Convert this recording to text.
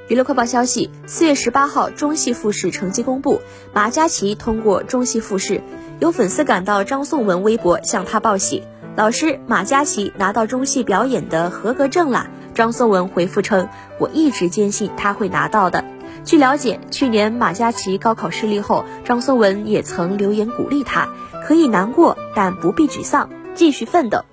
娱乐快报消息，4月18号中戏复试成绩公布，马嘉祺通过中戏复试。有粉丝赶到张颂文微博向他报喜，老师，马嘉祺拿到中戏表演的合格证啦。张颂文回复称，我一直坚信他会拿到的。据了解，去年马嘉祺高考失利后，张颂文也曾留言鼓励他，可以难过，但不必沮丧，继续奋斗。